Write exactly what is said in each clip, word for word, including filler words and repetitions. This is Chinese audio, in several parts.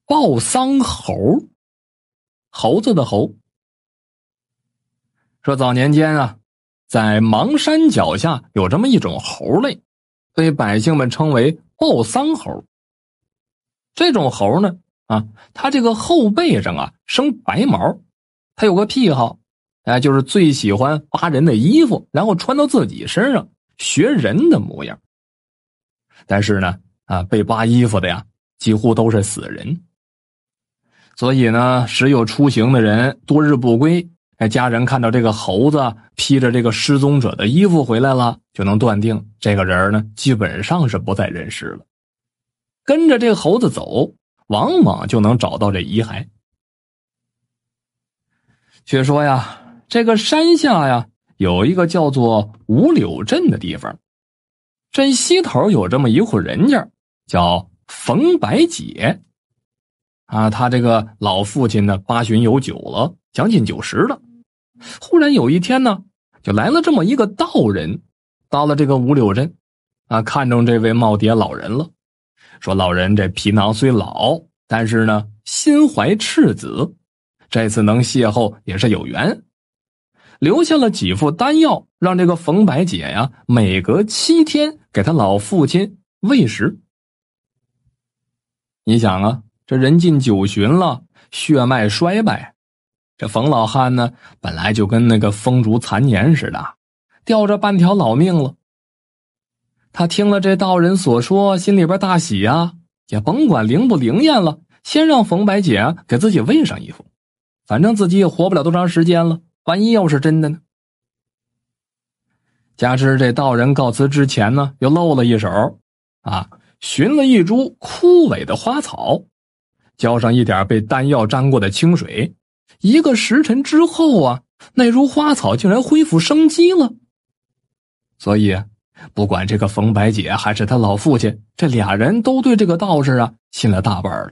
抱桑猴，猴子的猴。说早年间啊，在邙山脚下有这么一种猴类，被百姓们称为抱桑猴。这种猴呢，啊，它这个后背上啊生白毛，它有个癖好，哎，就是最喜欢扒人的衣服，然后穿到自己身上，学人的模样。但是呢，啊，被扒衣服的呀，几乎都是死人。所以呢，时有出行的人多日不归，哎，家人看到这个猴子披着这个失踪者的衣服回来了，就能断定这个人呢，基本上是不在人世了。跟着这个猴子走，往往就能找到这遗骸。却说呀，这个山下呀，有一个叫做五柳镇的地方。镇西头有这么一户人家，叫冯白姐。啊，他这个老父亲呢，八旬有九了，将近九十了。忽然有一天呢，就来了这么一个道人，到了这个五柳镇，啊，看中这位耄耋老人了，说老人这皮囊虽老，但是呢，心怀赤子，这次能邂逅也是有缘，留下了几副丹药，让这个冯白姐呀，每隔七天给他老父亲喂食。你想啊，这人近九旬了，血脉衰败，这冯老汉呢，本来就跟那个风烛残年似的，吊着半条老命了。他听了这道人所说，心里边大喜啊，也甭管灵不灵验了，先让冯白姐啊给自己喂上一副，反正自己也活不了多长时间了，万一要是真的呢？加之这道人告辞之前呢，又露了一手啊，寻了一株枯萎的花草，浇上一点被丹药沾过的清水，一个时辰之后啊，那株花草竟然恢复生机了。所以不管这个冯白姐还是他老父亲，这俩人都对这个道士啊信了大半了。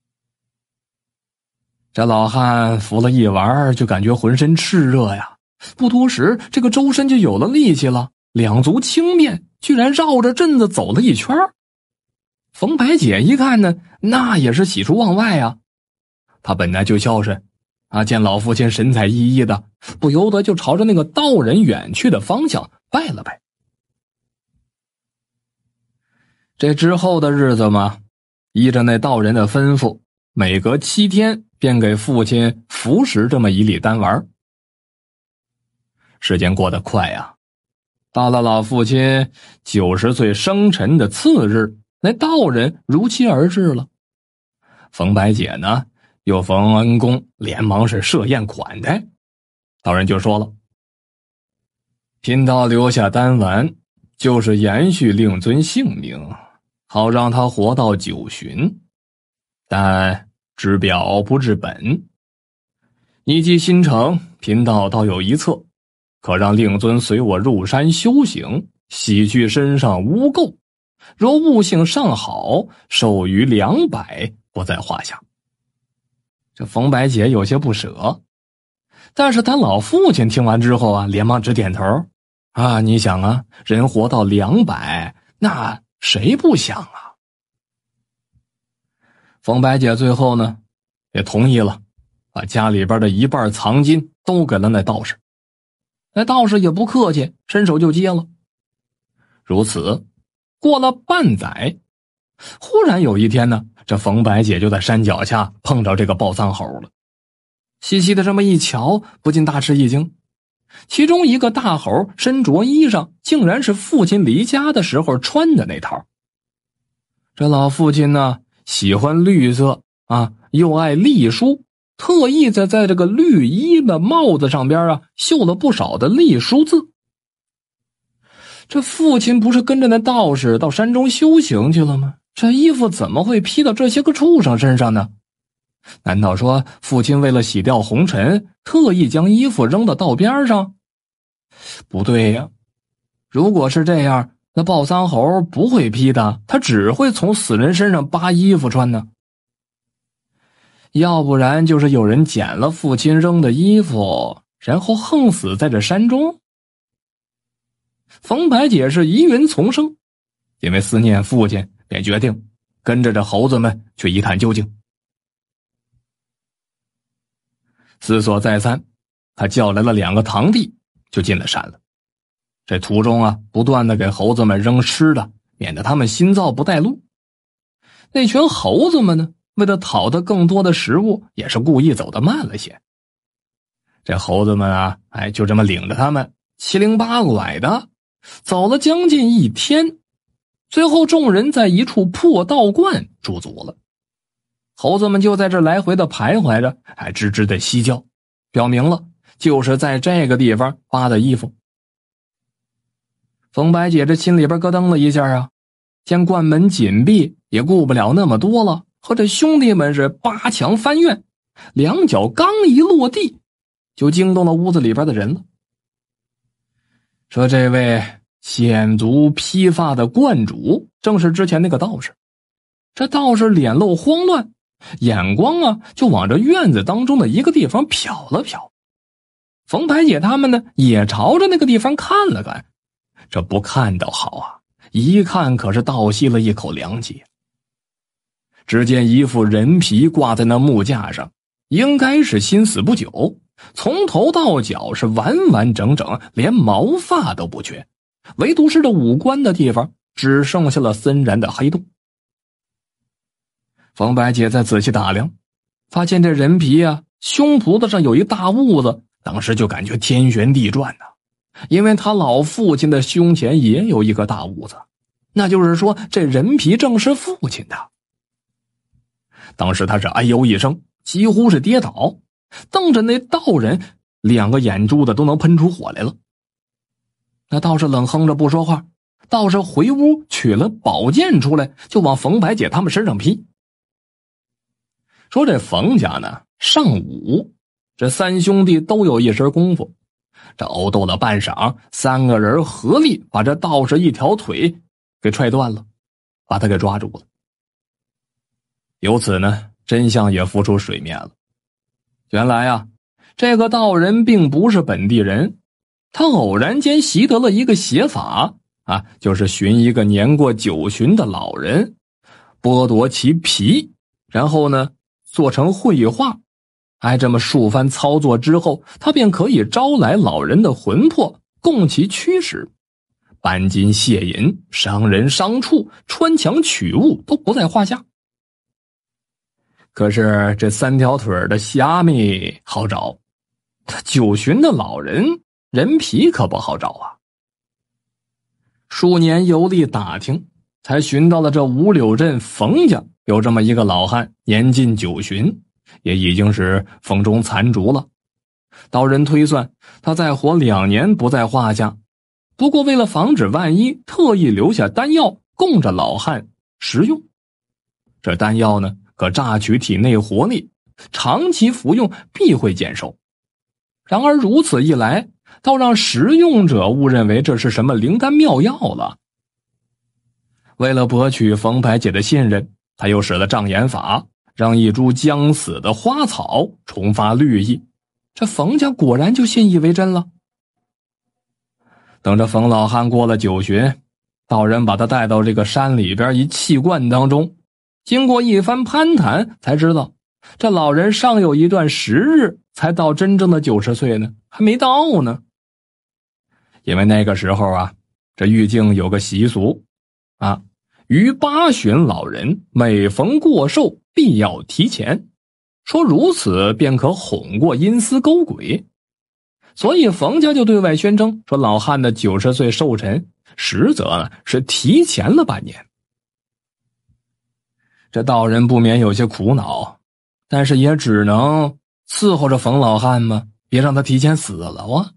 这老汉服了一丸，就感觉浑身炽热呀，不多时这个周身就有了力气了，两足轻便，居然绕着镇子走了一圈。冯白姐一看呢，那也是喜出望外啊。他本来就孝顺啊，见老父亲神采奕奕的，不由得就朝着那个道人远去的方向拜了拜。这之后的日子嘛，依着那道人的吩咐，每隔七天便给父亲服食这么一粒丹丸。时间过得快啊，到了老父亲九十岁生辰的次日，那道人如期而至了。冯白姐呢，又逢恩公，连忙是设宴款待。道人就说了，贫道留下丹丸，就是延续令尊性命，好让他活到九旬，但治表不治本。你既心诚，贫道倒有一策，可让令尊随我入山修行，洗去身上污垢，若悟性尚好，授予两百不在话下。这冯白姐有些不舍，但是他老父亲听完之后啊，连忙直点头啊，你想啊，人活到两百，那谁不想啊？冯白姐最后呢，也同意了，把家里边的一半藏金都给了那道士。那道士也不客气，伸手就接了。如此过了半载，忽然有一天呢，这冯白姐就在山脚下碰着这个抱桑猴了。细细的这么一瞧，不禁大吃一惊，其中一个大猴身着衣裳，竟然是父亲离家的时候穿的那套。这老父亲呢，喜欢绿色啊，又爱隶书，特意在在这个绿衣的帽子上边啊，绣了不少的隶书字。这父亲不是跟着那道士到山中修行去了吗？这衣服怎么会披到这些个畜生身上呢？难道说父亲为了洗掉红尘，特意将衣服扔到道边上？不对呀，如果是这样，那抱桑猴不会披的，他只会从死人身上扒衣服穿呢。要不然就是有人捡了父亲扔的衣服，然后横死在这山中。冯白姐是疑云丛生，因为思念父亲，便决定跟着这猴子们去一探究竟。 思索再三，他叫来了两个堂弟，就进了山了。这途中啊，不断的给猴子们扔吃的，免得他们心燥不带路。那群猴子们呢，为了讨得更多的食物，也是故意走得慢了些。这猴子们啊，哎，就这么领着他们七零八拐的走了将近一天，最后众人在一处破道观驻足了。猴子们就在这来回的徘徊着，还吱吱的嬉叫，表明了就是在这个地方扒的衣服。冯白姐这心里边咯噔了一下啊，见关门紧闭，也顾不了那么多了，和这兄弟们是扒墙翻院，两脚刚一落地，就惊动了屋子里边的人了。说这位险足披发的观主正是之前那个道士。这道士脸露慌乱，眼光啊就往这院子当中的一个地方瞟了瞟。冯白姐他们呢也朝着那个地方看了看，这不看倒好啊，一看可是倒吸了一口凉气。只见一副人皮挂在那木架上，应该是心死不久，从头到脚是完完整整，连毛发都不缺，唯独是这五官的地方只剩下了森然的黑洞。冯白姐再仔细打量，发现这人皮啊，胸脯子上有一大痦子，当时就感觉天旋地转呐、啊，因为他老父亲的胸前也有一个大痦子，那就是说这人皮正是父亲的。当时他是哎呦一声，几乎是跌倒，瞪着那道人，两个眼珠子都能喷出火来了。那道士冷哼着不说话，道士回屋取了宝剑出来，就往冯白姐他们身上劈。说这冯家呢尚武，这三兄弟都有一身功夫，这殴斗了半晌，三个人合力把这道士一条腿给踹断了，把他给抓住了。由此呢，真相也浮出水面了。原来啊，这个道人并不是本地人，他偶然间习得了一个邪法啊，就是寻一个年过九旬的老人，剥夺其皮，然后呢做成绘画，哎，这么数番操作之后，他便可以招来老人的魂魄，供其驱使，搬金卸银，伤人伤处，穿墙取物都不在话下。可是这三条腿的虾米好找，他九旬的老人人皮可不好找啊。数年游历打听，才寻到了这五柳镇冯家有这么一个老汉，年近九旬，也已经是风中残烛了。道人推算他再活两年不在话下，不过为了防止万一，特意留下丹药供着老汉食用。这丹药呢可榨取体内活力，长期服用必会减寿。然而如此一来，倒让食用者误认为这是什么灵丹妙药了。为了博取冯白姐的信任，他又使了障眼法，让一株将死的花草重发绿意，这冯家果然就信以为真了。等着冯老汉过了九旬，道人把他带到这个山里边一气罐当中，经过一番攀谈，才知道这老人尚有一段时日才到真正的九十岁呢，还没到呢。因为那个时候啊，这玉境有个习俗啊，于八旬老人每逢过寿必要提前，说如此便可哄过阴司勾鬼。所以冯家就对外宣称说，老汉的九十岁寿辰实则呢是提前了半年。这道人不免有些苦恼，但是也只能伺候着冯老汉嘛，别让他提前死了啊。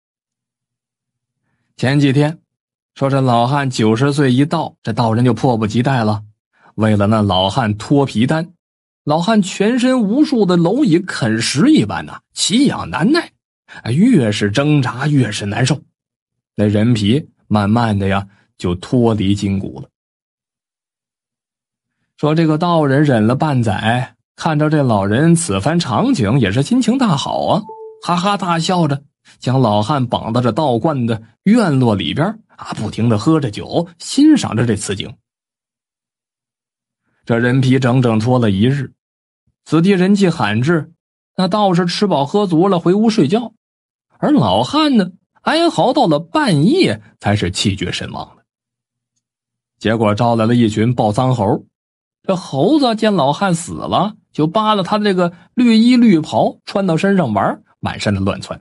前几天说这老汉九十岁一到，这道人就迫不及待了，为了那老汉脱皮丹，老汉全身无数的蝼蚁啃食一般呐、啊，奇痒难耐，越是挣扎越是难受，那人皮慢慢的呀就脱离筋骨了。说这个道人忍了半载，看着这老人此番场景，也是心情大好啊，哈哈大笑着将老汉绑到这道观的院落里边啊，不停的喝着酒，欣赏着这此景。这人皮整整拖了一日，此地人迹罕至， 那道士吃饱喝足了，回屋睡觉，而老汉呢，哀嚎到了半夜才是气绝身亡的。结果招来了一群抱脏猴，这猴子见老汉死了，就扒了他的这个绿衣绿袍穿到身上玩，满身的乱窜。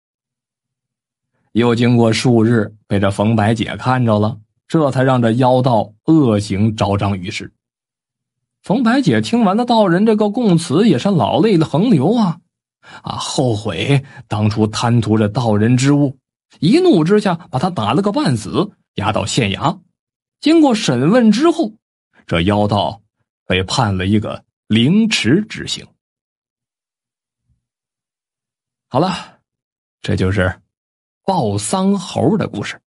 又经过数日，被这冯白姐看着了，这才让这妖道恶行昭彰于世。冯白姐听完了道人这个供词，也是老泪横流啊啊！后悔当初贪图这道人之物，一怒之下把他打了个半死，押到县衙。经过审问之后，这妖道被判了一个凌迟之刑。好了，这就是抱丧猴的故事。